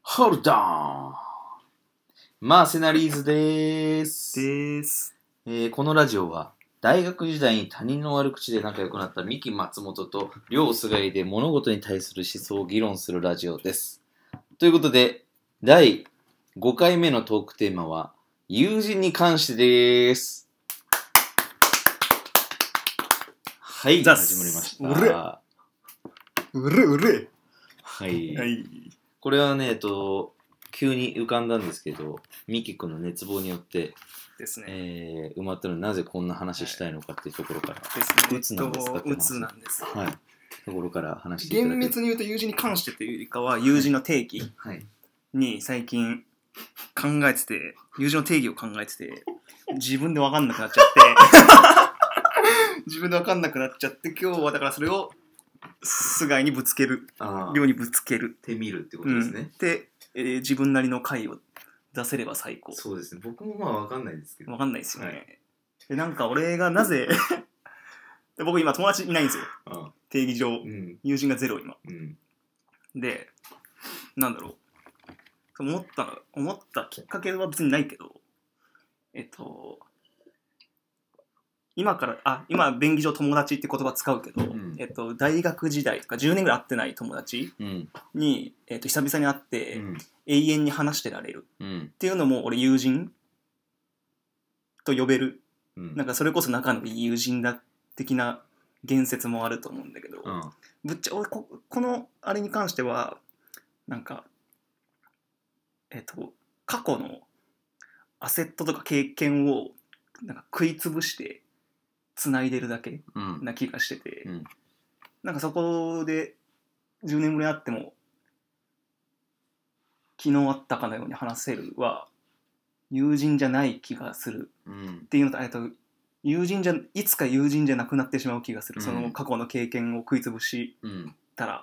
ホルドンマーセナリーズでーす。このラジオは大学時代に他人の悪口で仲良くなった三木松本と両菅井で物事に対する思想を議論するラジオです。ということで、第5回目のトークテーマは友人に関してでーす。はい、始まりました。 うれはい。 はい。 これはね、急に浮かんだんですけど、ミキ君の熱望によってですね。 埋まったので、なぜこんな話したいのかっていうところから、 ですね。 鬱なんですかって話。 鬱なんです。 はい。ところから話していただける。 厳密に言うと友人に関してというよりかは、友人の定義に最近考えてて、友人の定義を考えてて、自分で分かんなくなっちゃって、今日はだからそれを菅井にぶつける、寮にぶつける。 ってみるってことですね。 で、自分なりの回を出せれば最高。 そうですね。僕もまあ分かんないですけど。 分かんないですよね。でなんか俺がなぜ僕今友達いないんですよ。定義上、友人がゼロ今。で、なんだろう。思ったきっかけは別にないけど、今便宜上友達って言葉使うけど、大学時代とか10年ぐらい会ってない友達に、久々に会って、永遠に話してられる、っていうのも俺友人と呼べる、なんかそれこそ仲のいい友人だ的な言説もあると思うんだけど、ぶっちゃ俺このあれに関してはなんか過去のアセットとか経験をなんか食いつぶして繋いでるだけな気がしてて、なんかそこで10年ぶりに会っても昨日あったかのように話せるは友人じゃない気がするっていうのと、いつか友人じゃなくなってしまう気がする、その過去の経験を食いつぶしたら、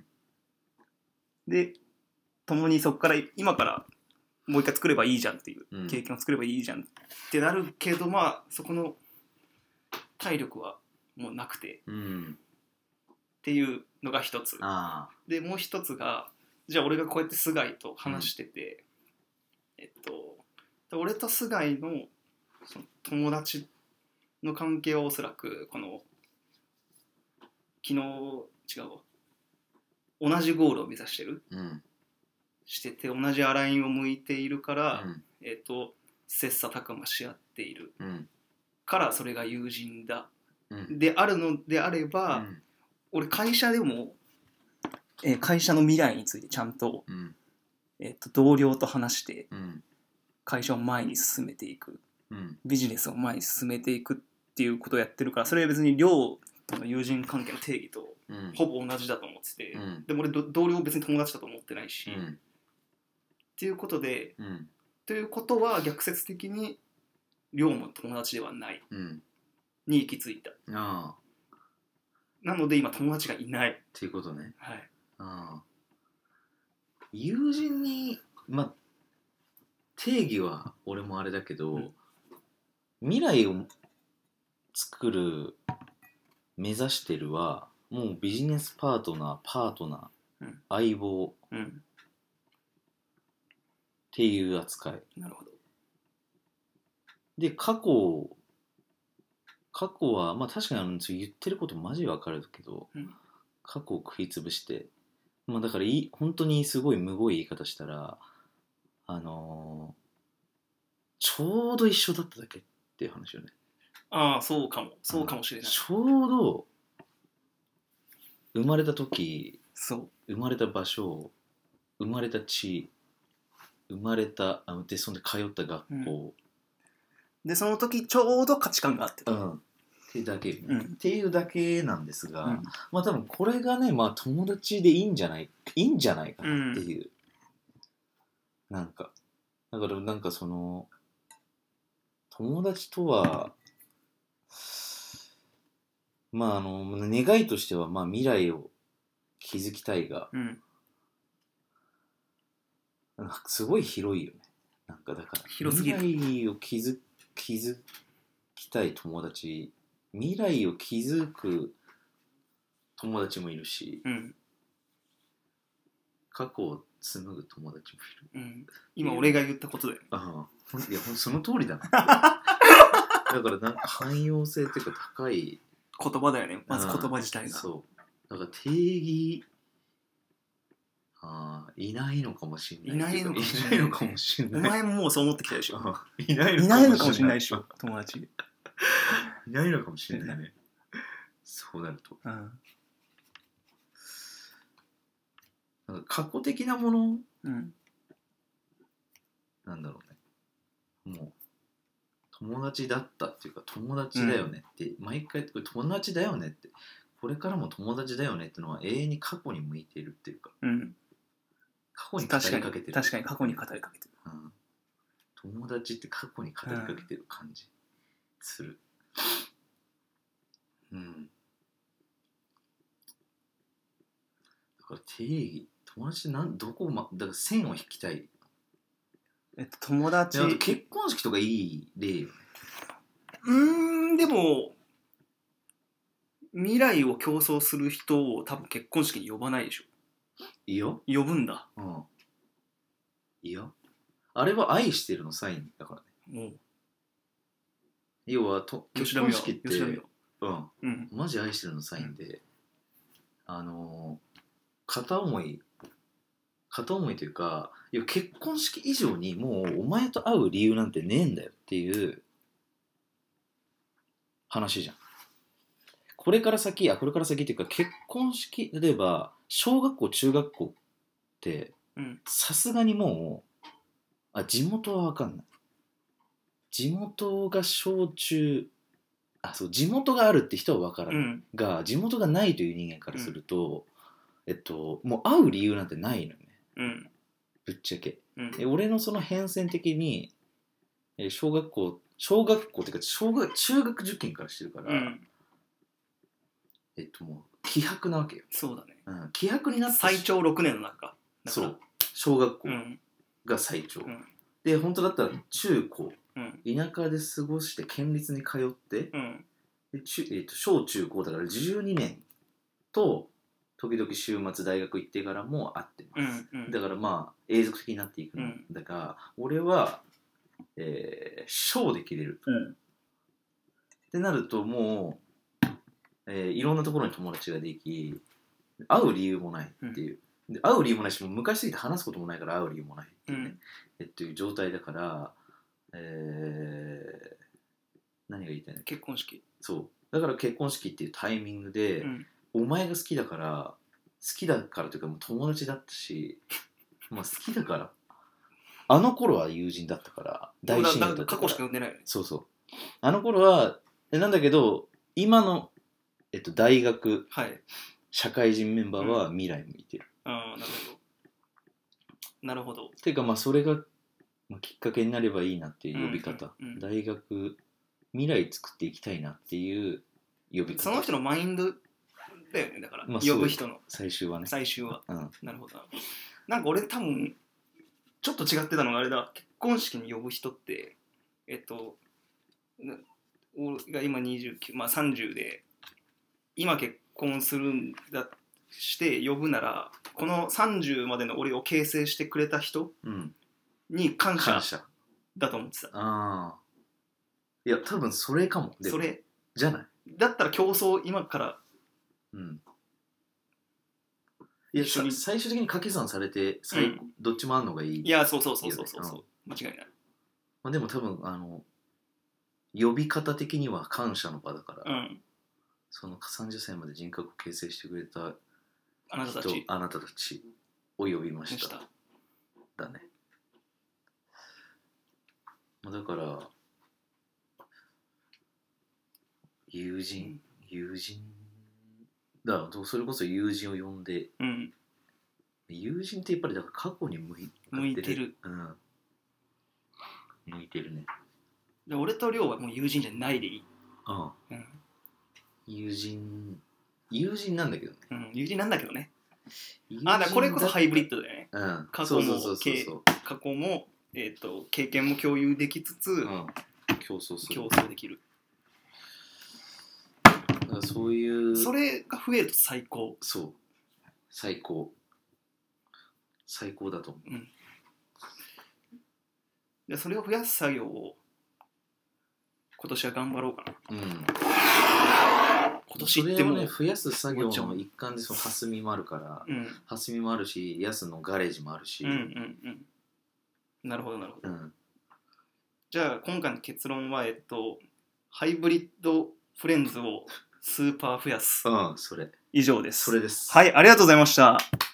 で共にそこから今からもう一回作ればいいじゃんっていう、経験を作ればいいじゃんってなるけど、まあそこの体力はもうなくて、っていうのが一つで、もう一つがじゃあ俺がこうやって菅井と話してて、俺と菅井のその友達の関係はおそらくこの昨日違うわ同じゴールを目指してる、してて同じアラインを向いているから、切磋琢磨し合っている、からそれが友人だ、であるのであれば、俺会社でも、会社の未来についてちゃんと、同僚と話して、会社を前に進めていく、ビジネスを前に進めていくっていうことをやってるから、それは別に寮との友人関係の定義とほぼ同じだと思ってて、でも俺同僚別に友達だと思ってないし、っていうことで、ということは逆説的に寮も友達ではない、に行き着いた。なので今友達がいないっていうことね。 はい。 友人に定義は俺もあれだけど、未来を作る目指してるはもうビジネスパートナー、相棒、っていう扱い。 なるほど。 で過去はまあ確かに言ってることマジわかるけど、過去を食いつぶして、まあだから本当にすごいむごい言い方したらちょうど一緒だっただけっていう話よね。 そうかもしれない。 ちょうど生まれた時、生まれた場所、生まれた地、でそんで通った学校、 でその時ちょうど価値観があってた、 っていうだけなんですが、まあ多分これがね、まあ友達でいいんじゃないかなっていう、なんかだからなんかその友達とはまあ願いとしてはまあ未来を築きたいが、なんかすごい広いよね。なんかだから未来を築きたい友達、未来を築く友達もいるし、 過去を紡ぐ友達もいる。 うん、今俺が言ったことだよね。 ああ、いやほんとその通りだな。だからなんか汎用性っていうか高い言葉だよね。まず言葉自体が。 そう。だから定義いないのかもしれない。いないのかもしれない。 お前ももうそう思ってきたでしょ。 いないのかもしれないでしょ。 友達。 いないのかもしれないね。そうなると。なんか過去的なもの、なんだろうね。もう友達だったっていうか友達だよねって、毎回友達だよねって。これからも友達だよねってのは永遠に過去に向いているっていうか、過去に語りかけてる。 確かに過去に語りかけてる、 友達って過去に語りかけてる感じする。だから定義、友達どこだから線を引きたい。 友達結婚式とかいい例よね。 でも未来を競争する人を多分結婚式に呼ばないでしょ。 いいよ。 呼ぶんだ。 いいよ。あれは愛してるのサインだからね。要は結婚式ってマジ愛してるのサインで、片思いというか、結婚式以上にもうお前と会う理由なんてねえんだよっていう話じゃん。これから先っていうか、結婚式、例えば小学校中学校ってさすがにもう地元は分かんない。地元が小中そう地元があるって人は分からない、が地元がないという人間からすると、もう会う理由なんてないのよね、ぶっちゃけ、俺のその変遷的に小学校っていうか中学受験からしてるから、もう希薄なわけよ。 そうだね、 希薄になって最長6年の中そう小学校が最長、で本当だったら中高、田舎で過ごして県立に通って、で小中高だから12年と時々週末大学行ってからも会ってます、だからまあ永続的になっていくんだが、俺は、小で切れる、ってなるともう、いろんなところに友達ができ会う理由もないっていう、で会う理由もないし、もう昔すぎて話すこともないから会う理由もないっていうね、っていう状態だから、何が言いたいの？ 結婚式。 そうだから結婚式っていうタイミングで、お前が好きだからというかもう友達だったしまあ好きだからあの頃は友人だったから大親友だったから過去しか呼んでないよね。 そうあの頃はなんだけど今の、大学、社会人メンバーは未来向いてる、 なるほどっていうかまあそれがきっかけになればいいなっていう呼び方、大学未来作っていきたいなっていう呼び方。 その人のマインドだよね。だから、呼ぶ人の最終はね。 なるほど。なんか俺多分ちょっと違ってたのがあれだ。結婚式に呼ぶ人って俺が今29、30で今結婚するんだして呼ぶなら、この30までの俺を形成してくれた人に感謝だと思ってた。 いや多分それかも。 それじゃない。 だったら競争今から、 いや最終的に掛け算されてどっちもあんのがいい。 いやそう間違いない。 でも多分呼び方的には感謝の場だから、その30歳まで人格を形成してくれたあなたたちを呼びましただね。だから友人だからそれこそ友人を呼んで、友人ってやっぱりだから過去に向いてる。向いてるね。 で俺と亮はもう友人じゃないでいい。 友人なんだけどね。 友人なんだけどね。だからこれこそハイブリッドだよね。過去も経験も共有できつつ、 競争できる。 だからそういうそれが増えると最高。 最高。 最高だと思う。 でそれを増やす作業を今年は頑張ろうかな。今年ってもう、 それをね、増やす作業の一環でその蓮見もあるから、蓮見もあるし、ヤスのガレージもあるし。 なるほどなるほど。じゃあ今回の結論はハイブリッドフレンズをスーパー増やす。 それ。 以上です。 それです。 はい、ありがとうございました。